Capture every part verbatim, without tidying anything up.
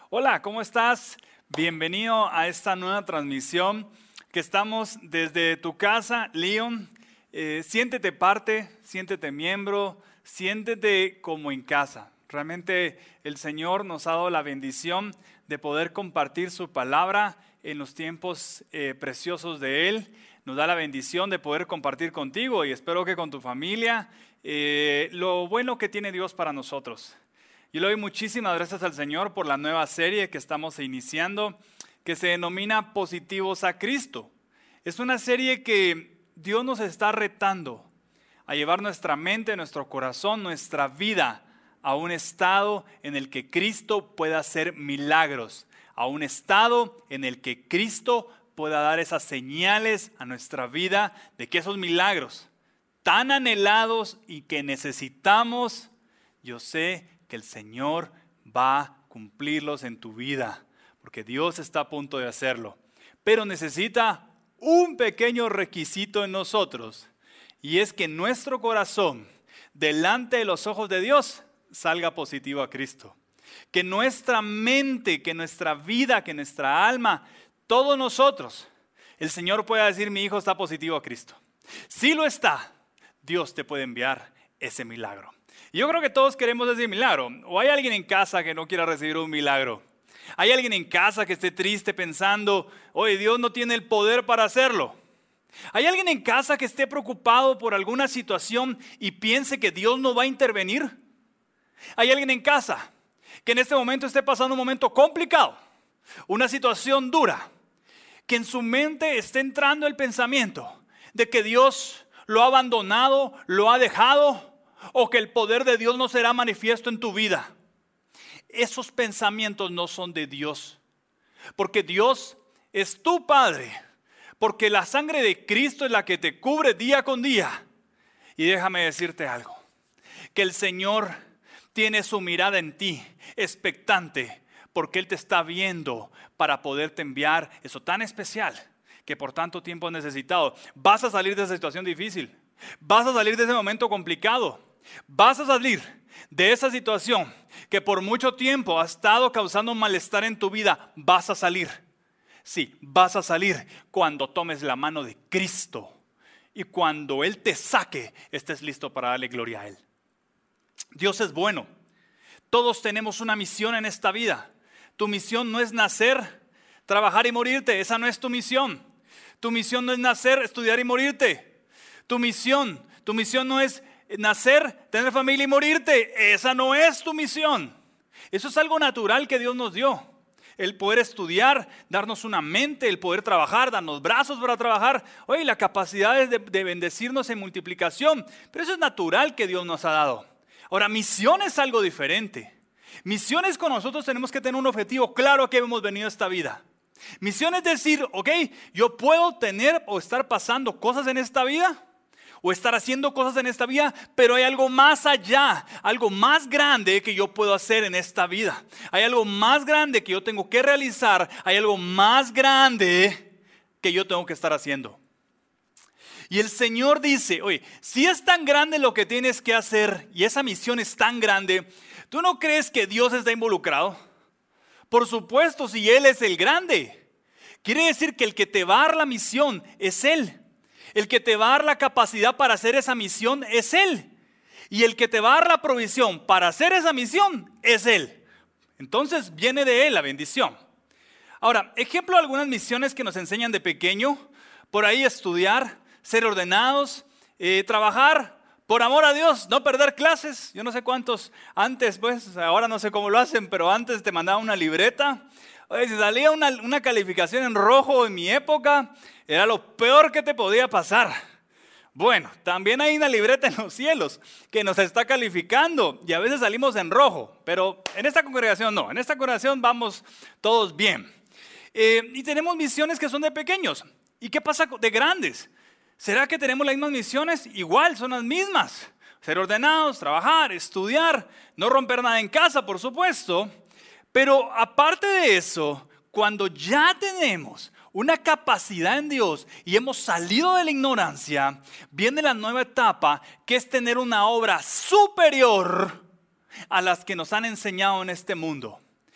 Hola, ¿cómo estás? Bienvenido a esta nueva transmisión que estamos desde tu casa, Leon. Eh, siéntete parte, siéntete miembro, siéntete como en casa. Realmente el Señor nos ha dado la bendición de poder compartir su palabra en los tiempos eh, preciosos de Él. Nos da la bendición de poder compartir contigo y espero que con tu familia eh, lo bueno que tiene Dios para nosotros. Yo le doy muchísimas gracias al Señor por la nueva serie que estamos iniciando, que se denomina Positivos a Cristo. Es una serie que Dios nos está retando a llevar nuestra mente, nuestro corazón, nuestra vida a un estado en el que Cristo pueda hacer milagros, a un estado en el que Cristo pueda dar esas señales a nuestra vida de que esos milagros tan anhelados y que necesitamos, yo sé que el Señor va a cumplirlos en tu vida, porque Dios está a punto de hacerlo. Pero necesita un pequeño requisito en nosotros, y es que nuestro corazón, delante de los ojos de Dios, salga positivo a Cristo. Que nuestra mente, que nuestra vida, que nuestra alma, todos nosotros, el Señor pueda decir: mi hijo está positivo a Cristo. Si lo está, Dios te puede enviar ese milagro. Yo creo que todos queremos ese milagro. ¿O hay alguien en casa que no quiera recibir un milagro? ¿Hay alguien en casa que esté triste pensando: oye, Dios no tiene el poder para hacerlo? ¿Hay alguien en casa que esté preocupado por alguna situación y piense que Dios no va a intervenir? ¿Hay alguien en casa que en este momento esté pasando un momento complicado, una situación dura, que en su mente esté entrando el pensamiento de que Dios lo ha abandonado, lo ha dejado, o que el poder de Dios no será manifiesto en tu vida? Esos pensamientos no son de Dios, porque Dios es tu Padre, porque la sangre de Cristo es la que te cubre día con día. Y déjame decirte algo, que el Señor tiene su mirada en ti, expectante, porque Él te está viendo para poderte enviar eso tan especial que por tanto tiempo has necesitado. Vas a salir de esa situación difícil, vas a salir de ese momento complicado. Vas a salir de esa situación que por mucho tiempo ha estado causando malestar en tu vida. Vas a salir. Sí, vas a salir cuando tomes la mano de Cristo. Y cuando Él te saque, estés listo para darle gloria a Él. Dios es bueno. Todos tenemos una misión en esta vida. Tu misión no es nacer, trabajar y morirte. Esa no es tu misión. Tu misión no es nacer, estudiar y morirte. Tu misión, tu misión no es nacer, tener familia y morirte. Esa no es tu misión. Eso es algo natural que Dios nos dio. El poder estudiar, darnos una mente, el poder trabajar, darnos brazos para trabajar. Oye, la capacidad de, de bendecirnos en multiplicación. Pero eso es natural que Dios nos ha dado. Ahora, misión es algo diferente. Misión es con nosotros tenemos que tener un objetivo claro que hemos venido a esta vida. Misión es decir, ok, yo puedo tener o estar pasando cosas en esta vida, o estar haciendo cosas en esta vida, pero hay algo más allá, algo más grande que yo puedo hacer en esta vida. Hay algo más grande que yo tengo que realizar, hay algo más grande que yo tengo que estar haciendo. Y el Señor dice, oye, si es tan grande lo que tienes que hacer y esa misión es tan grande, ¿tú no crees que Dios está involucrado? Por supuesto, si Él es el grande. Quiere decir que el que te va a dar la misión es Él. El que te va a dar la capacidad para hacer esa misión es Él. Y el que te va a dar la provisión para hacer esa misión es Él. Entonces viene de Él la bendición. Ahora, ejemplo de algunas misiones que nos enseñan de pequeño. Por ahí estudiar, ser ordenados, eh, trabajar por amor a Dios, no perder clases. Yo no sé cuántos antes, pues ahora no sé cómo lo hacen, pero antes te mandaban una libreta. Oye, si salía una, una calificación en rojo en mi época, era lo peor que te podía pasar. Bueno, también hay una libreta en los cielos que nos está calificando y a veces salimos en rojo, pero en esta congregación no, en esta congregación vamos todos bien. Eh, y tenemos misiones que son de pequeños. ¿Y qué pasa de grandes? ¿Será que tenemos las mismas misiones? Igual, son las mismas. Ser ordenados, trabajar, estudiar, no romper nada en casa, por supuesto. Pero aparte de eso, cuando ya tenemos una capacidad en Dios y hemos salido de la ignorancia, viene la nueva etapa que es tener una obra superior a las que nos han enseñado en este mundo.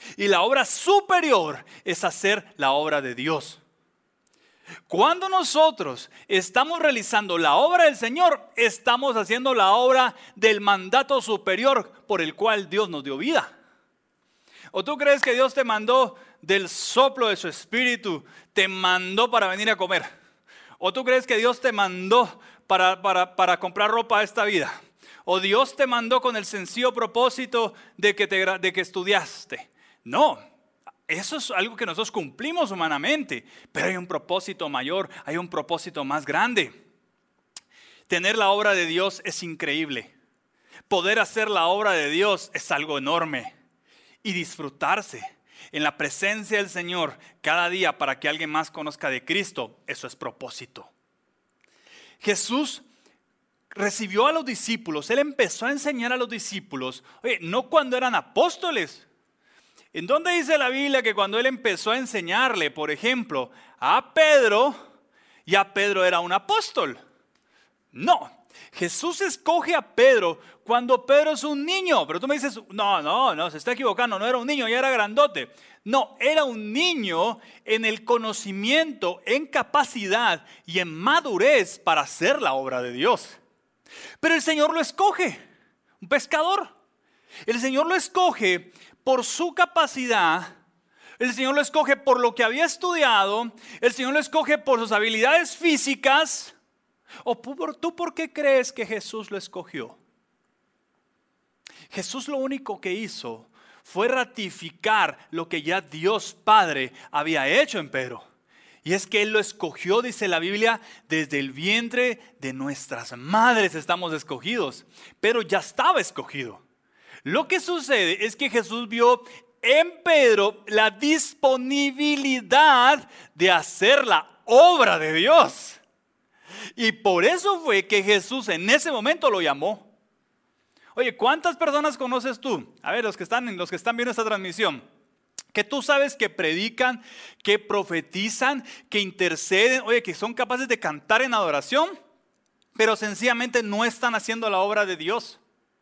Y la obra superior es hacer la obra de Dios. Cuando nosotros estamos realizando la obra del Señor, estamos haciendo la obra del mandato superior por el cual Dios nos dio vida. ¿O tú crees que Dios te mandó del soplo de su espíritu, te mandó para venir a comer? ¿O tú crees que Dios te mandó para, para, para comprar ropa a esta vida? ¿O Dios te mandó con el sencillo propósito de que, te, de que estudiaste? No, eso es algo que nosotros cumplimos humanamente, pero hay un propósito mayor, hay un propósito más grande. Tener la obra de Dios es increíble. Poder hacer la obra de Dios es algo enorme. Y disfrutarse en la presencia del Señor cada día para que alguien más conozca de Cristo, eso es propósito. Jesús recibió a los discípulos, Él empezó a enseñar a los discípulos, oye, no cuando eran apóstoles. ¿En dónde dice la Biblia que cuando Él empezó a enseñarle, por ejemplo, a Pedro, ya Pedro era un apóstol? No. Jesús escoge a Pedro cuando Pedro es un niño. Pero tú me dices, no, no, no, se está equivocando, no era un niño, ya era grandote. No, era un niño en el conocimiento, en capacidad y en madurez para hacer la obra de Dios. Pero el Señor lo escoge, un pescador. El Señor lo escoge por su capacidad. El Señor lo escoge por lo que había estudiado. El Señor lo escoge por sus habilidades físicas. ¿O tú por qué crees que Jesús lo escogió? Jesús lo único que hizo fue ratificar lo que ya Dios Padre había hecho en Pedro. Y es que Él lo escogió, dice la Biblia, desde el vientre de nuestras madres estamos escogidos. Pero ya estaba escogido. Lo que sucede es que Jesús vio en Pedro la disponibilidad de hacer la obra de Dios. Y por eso fue que Jesús en ese momento lo llamó. Oye, ¿cuántas personas conoces tú? A ver, los que están, los que están viendo esta transmisión, que tú sabes que predican, que profetizan, que interceden, oye, que son capaces de cantar en adoración, pero sencillamente no están haciendo la obra de Dios.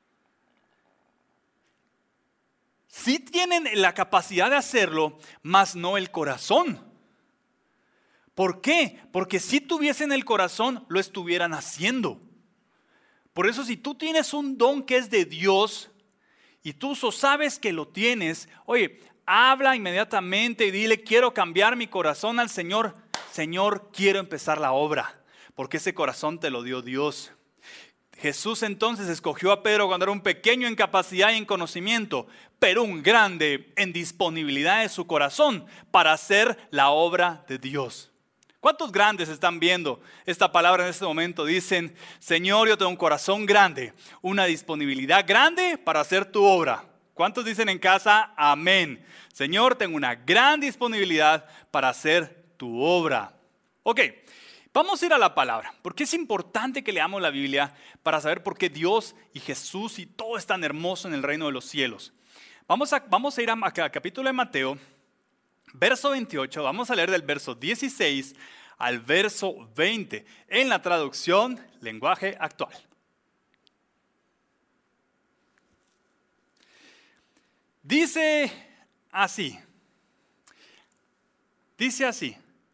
Sí tienen la capacidad de hacerlo, mas no el corazón. ¿Por qué? Porque si tuviesen el corazón, lo estuvieran haciendo. Por eso si tú tienes un don que es de Dios y tú sabes que lo tienes, oye, habla inmediatamente y dile, quiero cambiar mi corazón al Señor. Señor, quiero empezar la obra, porque ese corazón te lo dio Dios. Jesús entonces escogió a Pedro cuando era un pequeño en capacidad y en conocimiento, pero un grande en disponibilidad de su corazón para hacer la obra de Dios. ¿Cuántos grandes están viendo esta palabra en este momento? Dicen, Señor, yo tengo un corazón grande, una disponibilidad grande para hacer tu obra. ¿Cuántos dicen en casa? Amén. Señor, tengo una gran disponibilidad para hacer tu obra. Ok, vamos a ir a la palabra, porque es importante que leamos la Biblia para saber por qué Dios y Jesús y todo es tan hermoso en el reino de los cielos. Vamos a, vamos a ir al capítulo de Mateo. Verso veintiocho, vamos a leer del verso dieciséis al verso veinte en la traducción lenguaje actual. Dice así, dice así,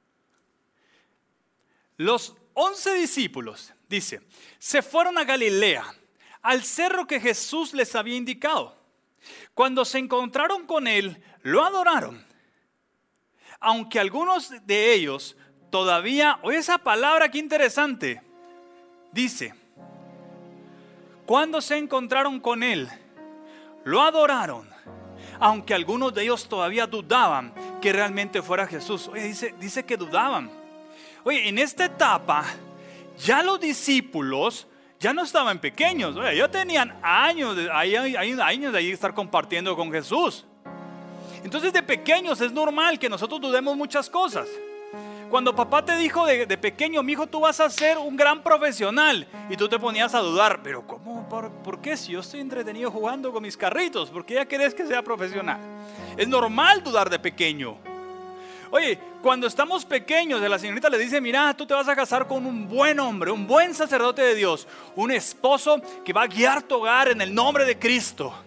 los once discípulos, dice, se fueron a Galilea, al cerro que Jesús les había indicado. Cuando se encontraron con él, lo adoraron. Aunque algunos de ellos todavía, oye esa palabra qué interesante, dice, cuando se encontraron con él, lo adoraron, aunque algunos de ellos todavía dudaban que realmente fuera Jesús. Oye, dice, dice que dudaban. Oye, en esta etapa, ya los discípulos ya no estaban pequeños, oye, ya tenían años de, años de ahí estar compartiendo con Jesús. Entonces de pequeños es normal que nosotros dudemos muchas cosas. Cuando papá te dijo de, de pequeño, mi hijo, tú vas a ser un gran profesional, y tú te ponías a dudar, pero ¿cómo? ¿Por, ¿por qué? Si yo estoy entretenido jugando con mis carritos, ¿por qué ya querés que sea profesional? Es normal dudar de pequeño. Oye, cuando estamos pequeños, la señorita le dice, mira, tú te vas a casar con un buen hombre, un buen sacerdote de Dios, un esposo que va a guiar tu hogar en el nombre de Cristo.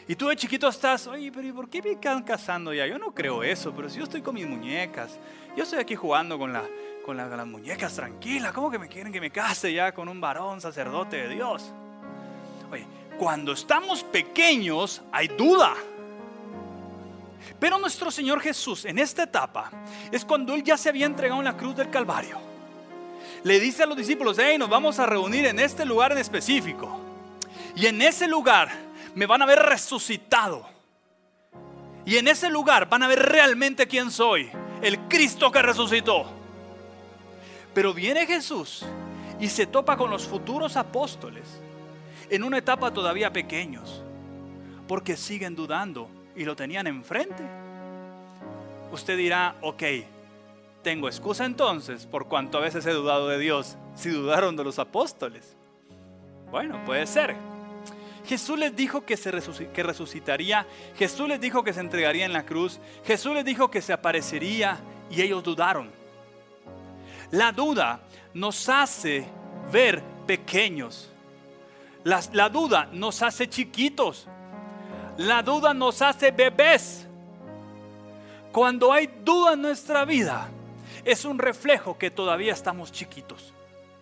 Y tú de chiquito estás, oye, pero ¿y por qué me están casando ya? Yo no creo eso, pero si yo estoy con mis muñecas, yo estoy aquí jugando con, la, con, la, con las muñecas tranquilas, ¿cómo que me quieren que me case ya con un varón sacerdote de Dios? Oye, cuando estamos pequeños hay duda. Pero nuestro Señor Jesús en esta etapa es cuando Él ya se había entregado en la cruz del Calvario. Le dice a los discípulos, hey, nos vamos a reunir en este lugar en específico. Y en ese lugar me van a ver resucitado. Y en ese lugar van a ver realmente quién soy, el Cristo que resucitó. Pero viene Jesús y se topa con los futuros apóstoles en una etapa todavía pequeños, porque siguen dudando y lo tenían enfrente. Usted dirá, ok, tengo excusa entonces por cuanto a veces he dudado de Dios, si dudaron de los apóstoles. Bueno, puede ser. Jesús les dijo que, se resuc- que resucitaría, Jesús les dijo que se entregaría en la cruz, Jesús les dijo que se aparecería y ellos dudaron. La duda nos hace ver pequeños. La, la duda nos hace chiquitos. La duda nos hace bebés. Cuando hay duda en nuestra vida, es un reflejo que todavía estamos chiquitos.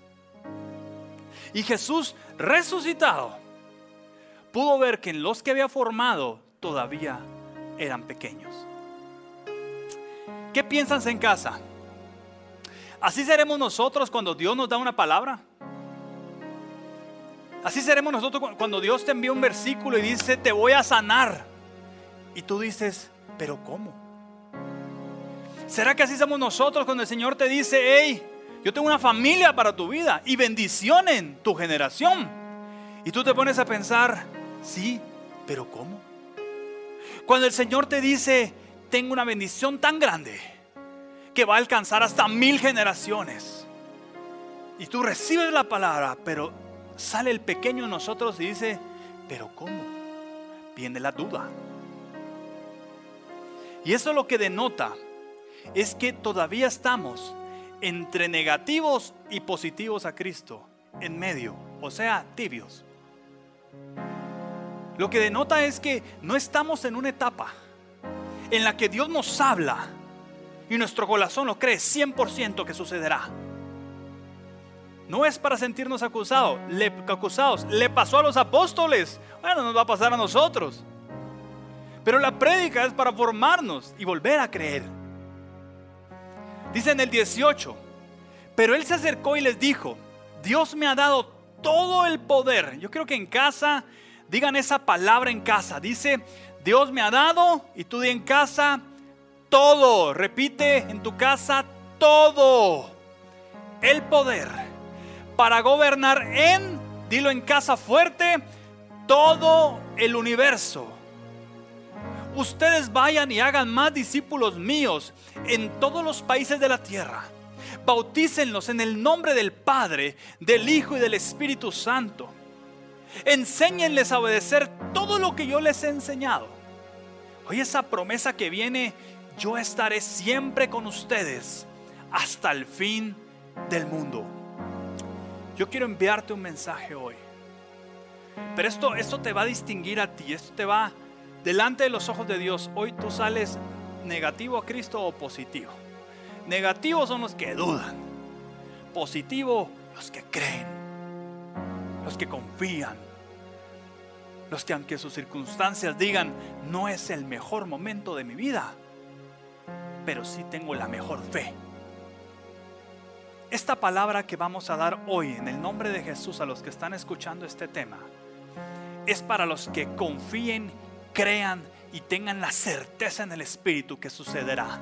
Y Jesús resucitado pudo ver que en los que había formado todavía eran pequeños. ¿Qué piensas en casa? ¿Así seremos nosotros cuando Dios nos da una palabra? Así seremos nosotros cuando Dios te envía un versículo y dice, te voy a sanar. Y tú dices, ¿pero cómo? ¿Será que así somos nosotros cuando el Señor te dice, hey, yo tengo una familia para tu vida y bendición en tu generación? Y tú te pones a pensar, sí, pero ¿cómo? Cuando el Señor te dice, tengo una bendición tan grande que va a alcanzar hasta mil generaciones. Y tú recibes la palabra, pero sale el pequeño en nosotros y dice, pero ¿cómo? Viene la duda. Y eso lo que denota es que todavía estamos entre negativos y positivos a Cristo, en medio, o sea, tibios. Lo que denota es que no estamos en una etapa en la que Dios nos habla y nuestro corazón lo cree cien por ciento que sucederá. No es para sentirnos acusados, le, acusados. Le pasó a los apóstoles, bueno, nos va a pasar a nosotros. Pero la prédica es para formarnos y volver a creer. Dice en el dieciocho, pero Él se acercó y les dijo, Dios me ha dado todo el poder. Yo creo que en casa, digan esa palabra en casa. Dice, Dios me ha dado, y tú di en casa, todo. Repite en tu casa, todo. El poder para gobernar en, dilo en casa fuerte, todo el universo. Ustedes vayan y hagan más discípulos míos en todos los países de la tierra. Bautícenlos en el nombre del Padre, del Hijo y del Espíritu Santo. Enséñenles a obedecer todo lo que yo les he enseñado. Hoy esa promesa que viene, yo estaré siempre con ustedes hasta el fin del mundo. Yo quiero enviarte un mensaje hoy. Pero esto, esto te va a distinguir a ti, esto te va delante de los ojos de Dios. Hoy tú sales negativo a Cristo o positivo. Negativos son los que dudan, positivo los que creen, los que confían, los que aunque sus circunstancias digan no es el mejor momento de mi vida, pero sí tengo la mejor fe. Esta palabra que vamos a dar hoy en el nombre de Jesús a los que están escuchando este tema es para los que confíen, crean y tengan la certeza en el Espíritu que sucederá.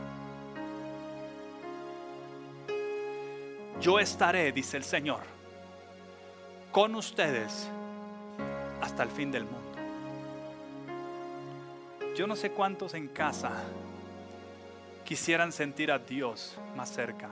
Yo estaré, dice el Señor, con ustedes hasta el fin del mundo. Yo no sé cuántos en casa quisieran sentir a Dios más cerca.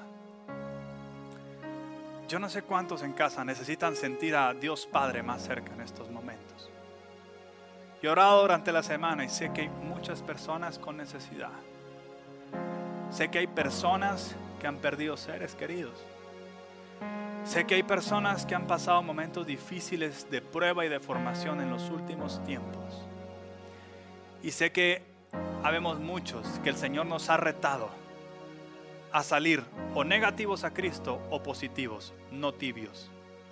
Yo no sé cuántos en casa necesitan sentir a Dios Padre más cerca en estos momentos. Yo he orado durante la semana y sé que hay muchas personas con necesidad. Sé que hay personas que han perdido seres queridos. Sé que hay personas que han pasado momentos difíciles de prueba y de formación en los últimos tiempos. Y sé que habemos muchos que el Señor nos ha retado a salir o negativos a Cristo o positivos, no tibios.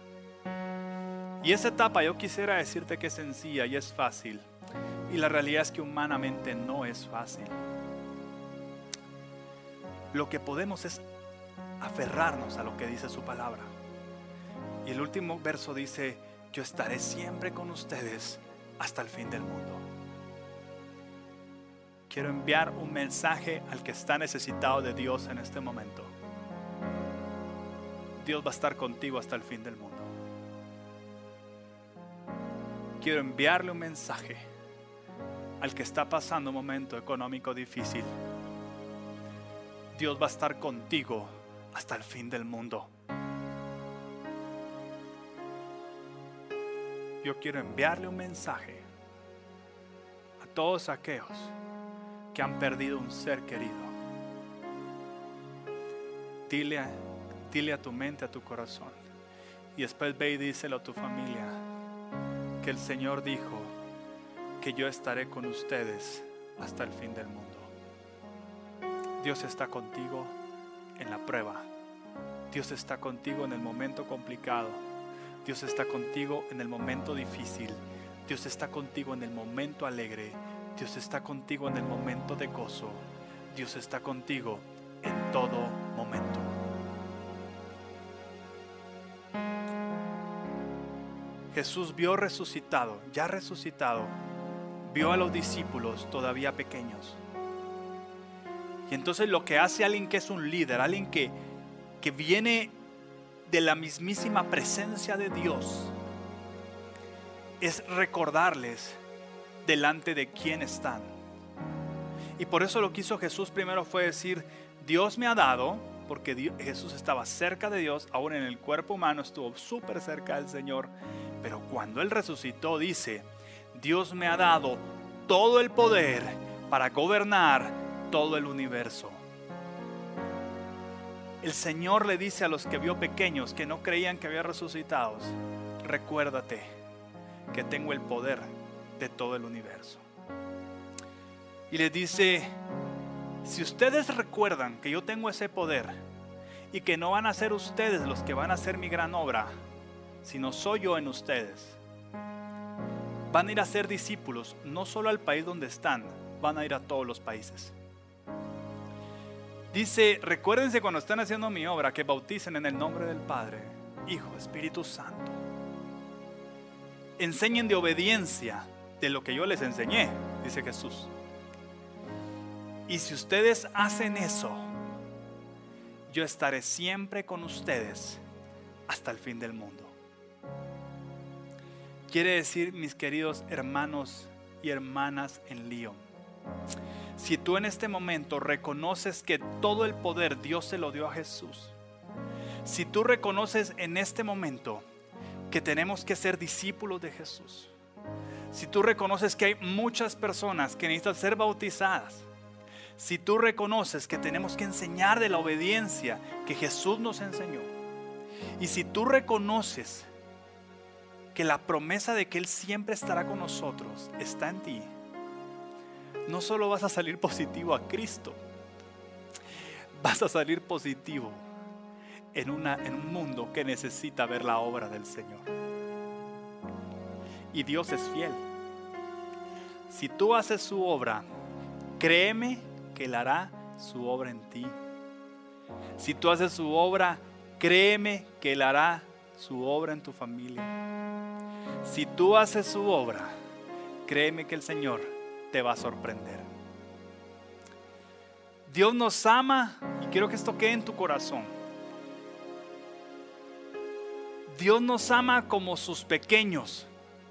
Y esa etapa yo quisiera decirte que es sencilla y es fácil. Y la realidad es que humanamente no es fácil. Lo que podemos es aferrarnos a lo que dice su palabra. Y el último verso dice: yo estaré siempre con ustedes hasta el fin del mundo. Quiero enviar un mensaje al que está necesitado de Dios en este momento. Dios va a estar contigo hasta el fin del mundo. Quiero enviarle un mensaje al que está pasando un momento económico difícil. Dios va a estar contigo hasta el fin del mundo. Yo quiero enviarle un mensaje a todos aquellos que han perdido un ser querido. Dile a, dile a tu mente, a tu corazón, y después ve y díselo a tu familia, que el Señor dijo que yo estaré con ustedes hasta el fin del mundo. Dios está contigo en la prueba. Dios está contigo en el momento complicado. Dios está contigo en el momento difícil. Dios está contigo en el momento alegre. Dios está contigo en el momento de gozo. Dios está contigo en todo momento. Jesús vio resucitado, ya resucitado, vio a los discípulos todavía pequeños. Y entonces lo que hace alguien que es un líder, alguien que, que viene de la mismísima presencia de Dios, es recordarles delante de quién están. Y por eso lo que hizo Jesús primero fue decir: Dios me ha dado, porque Dios, Jesús estaba cerca de Dios, aún en el cuerpo humano estuvo súper cerca del Señor. Pero cuando Él resucitó dice: Dios me ha dado todo el poder para gobernar todo el universo. El Señor le dice a los que vio pequeños, que no creían que había resucitado: recuérdate que tengo el poder de todo el universo. Y les dice: si ustedes recuerdan que yo tengo ese poder y que no van a ser ustedes los que van a hacer mi gran obra, sino soy yo en ustedes, van a ir a ser discípulos, no solo al país donde están, van a ir a todos los países. Dice: recuérdense cuando están haciendo mi obra que bauticen en el nombre del Padre, Hijo, Espíritu Santo. Enseñen de obediencia de lo que yo les enseñé, dice Jesús. Y si ustedes hacen eso, yo estaré siempre con ustedes hasta el fin del mundo. Quiere decir, mis queridos hermanos y hermanas en Lyon, si tú en este momento reconoces que todo el poder Dios se lo dio a Jesús, si tú reconoces en este momento que tenemos que ser discípulos de Jesús, si tú reconoces que hay muchas personas que necesitan ser bautizadas, si tú reconoces que tenemos que enseñar de la obediencia que Jesús nos enseñó, y si tú reconoces que la promesa de que Él siempre estará con nosotros está en ti, no solo vas a salir positivo a Cristo, vas a salir positivo en, una, en un mundo que necesita ver la obra del Señor. Y Dios es fiel. Si tú haces su obra, créeme que Él hará su obra en ti. Si tú haces su obra, créeme que Él hará su obra en tu familia. Si tú haces su obra, créeme que el Señor te va a sorprender. Dios nos ama, y quiero que esto quede en tu corazón. Dios nos ama como sus pequeños,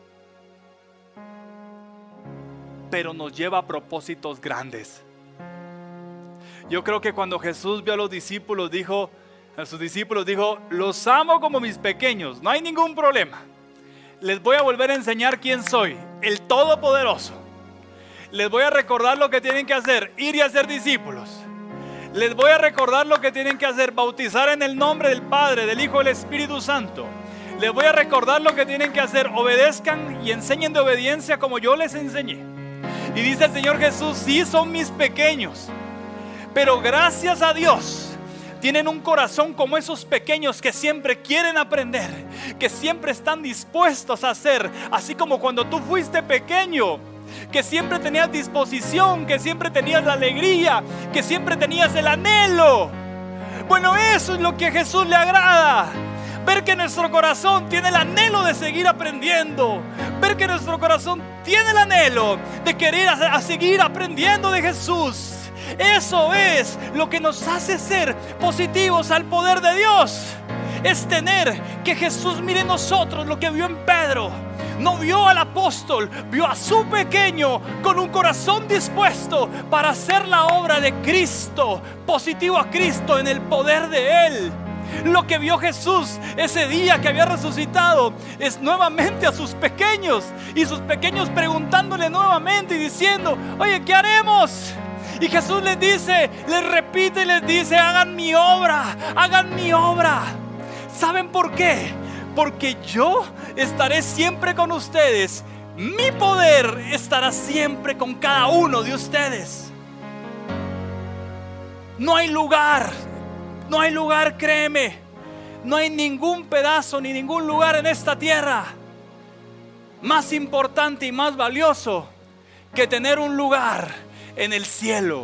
pero nos lleva a propósitos grandes. Yo creo que cuando Jesús vio a los discípulos, dijo a sus discípulos, dijo: los amo como mis pequeños, no hay ningún problema. Les voy a volver a enseñar quién soy, el Todopoderoso. Les voy a recordar lo que tienen que hacer, ir y hacer discípulos. Les voy a recordar lo que tienen que hacer, bautizar en el nombre del Padre, del Hijo y del Espíritu Santo. Les voy a recordar lo que tienen que hacer, obedezcan y enseñen de obediencia como yo les enseñé. Y dice el Señor Jesús, sí son mis pequeños, pero gracias a Dios tienen un corazón como esos pequeños que siempre quieren aprender, que siempre están dispuestos a hacer, así como cuando tú fuiste pequeño, que siempre tenías disposición, que siempre tenías la alegría, que siempre tenías el anhelo. Bueno, eso es lo que a Jesús le agrada. Ver que nuestro corazón tiene el anhelo de seguir aprendiendo. Ver que nuestro corazón tiene el anhelo de querer a, a seguir aprendiendo de Jesús. Eso es lo que nos hace ser positivos al poder de Dios. Es tener que Jesús mire en nosotros lo que vio en Pedro. No vio al apóstol, vio a su pequeño con un corazón dispuesto para hacer la obra de Cristo, positivo a Cristo en el poder de Él. Lo que vio Jesús ese día que había resucitado es nuevamente a sus pequeños, y sus pequeños preguntándole nuevamente y diciendo: oye, ¿qué haremos? Y Jesús les dice, les repite y les dice: hagan mi obra, hagan mi obra. ¿Saben por qué? Porque yo estaré siempre con ustedes. Mi poder estará siempre con cada uno de ustedes. No hay lugar, no hay lugar, créeme. No hay ningún pedazo ni ningún lugar en esta tierra más importante y más valioso que tener un lugar en el cielo.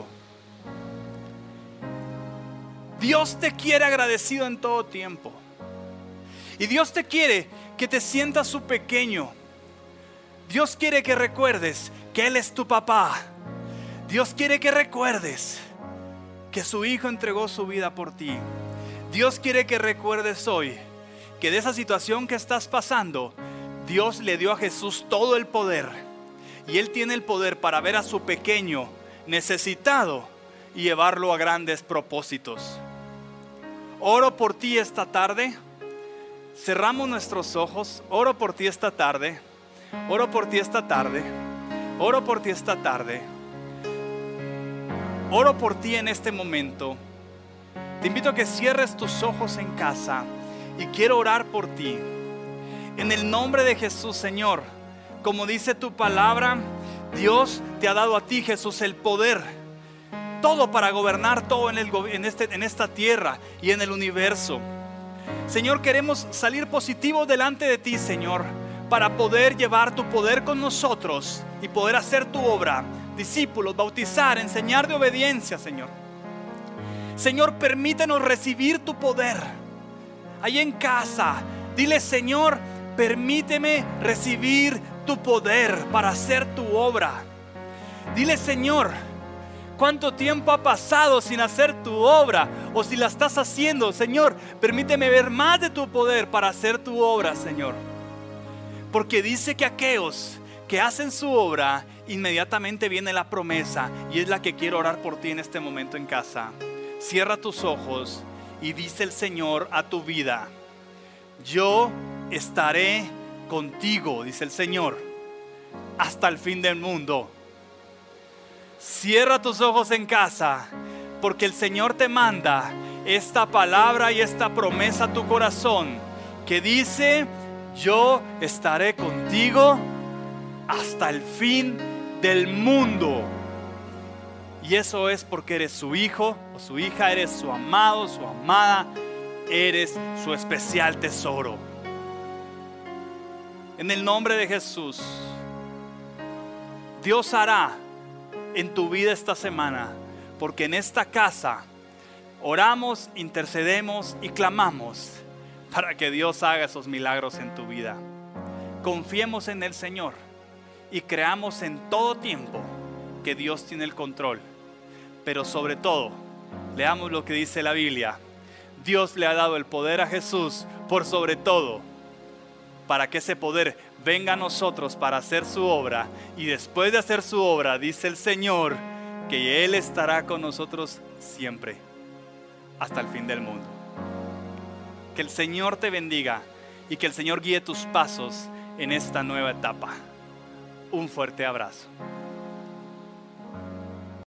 Dios te quiere agradecido en todo tiempo. Y Dios te quiere que te sientas su pequeño. Dios quiere que recuerdes que Él es tu papá. Dios quiere que recuerdes que su Hijo entregó su vida por ti. Dios quiere que recuerdes hoy que de esa situación que estás pasando, Dios le dio a Jesús todo el poder. Y Él tiene el poder para ver a su pequeño necesitado y llevarlo a grandes propósitos. Oro por ti esta tarde. Cerramos nuestros ojos. Oro por ti esta tarde. Oro por ti esta tarde. Oro por ti esta tarde. Oro por ti en este momento. Te invito a que cierres tus ojos en casa y quiero orar por ti. En el nombre de Jesús, Señor, como dice tu palabra, Dios te ha dado a ti, Jesús, el poder, todo para gobernar todo en, el, en, este, en esta tierra y en el universo. Señor, queremos salir positivos delante de ti, Señor, para poder llevar tu poder con nosotros y poder hacer tu obra, discípulos, bautizar, enseñar de obediencia, Señor. Señor, permítenos recibir tu poder. Ahí en casa, dile: Señor, permíteme recibir tu poder para hacer tu obra. Dile: Señor, ¿cuánto tiempo ha pasado sin hacer tu obra? O si la estás haciendo, Señor, permíteme ver más de tu poder para hacer tu obra, Señor. Porque dice que aquellos que hacen su obra, inmediatamente viene la promesa, y es la que quiero orar por ti en este momento en casa. Cierra tus ojos y dice el Señor a tu vida: yo estaré contigo, dice el Señor, hasta el fin del mundo. Cierra tus ojos en casa, porque el Señor te manda esta palabra y esta promesa a tu corazón, que dice: yo estaré contigo hasta el fin del mundo. Y eso es porque eres su hijo o su hija, eres su amado, su amada, eres su especial tesoro. En el nombre de Jesús, Dios hará en tu vida esta semana, porque en esta casa oramos, intercedemos y clamamos para que Dios haga esos milagros en tu vida. Confiemos en el Señor y creamos en todo tiempo que Dios tiene el control. Pero sobre todo, leamos lo que dice la Biblia: Dios le ha dado el poder a Jesús por sobre todo, para que ese poder venga a nosotros para hacer su obra. Y después de hacer su obra, dice el Señor, que Él estará con nosotros siempre, hasta el fin del mundo. Que el Señor te bendiga y que el Señor guíe tus pasos en esta nueva etapa. Un fuerte abrazo.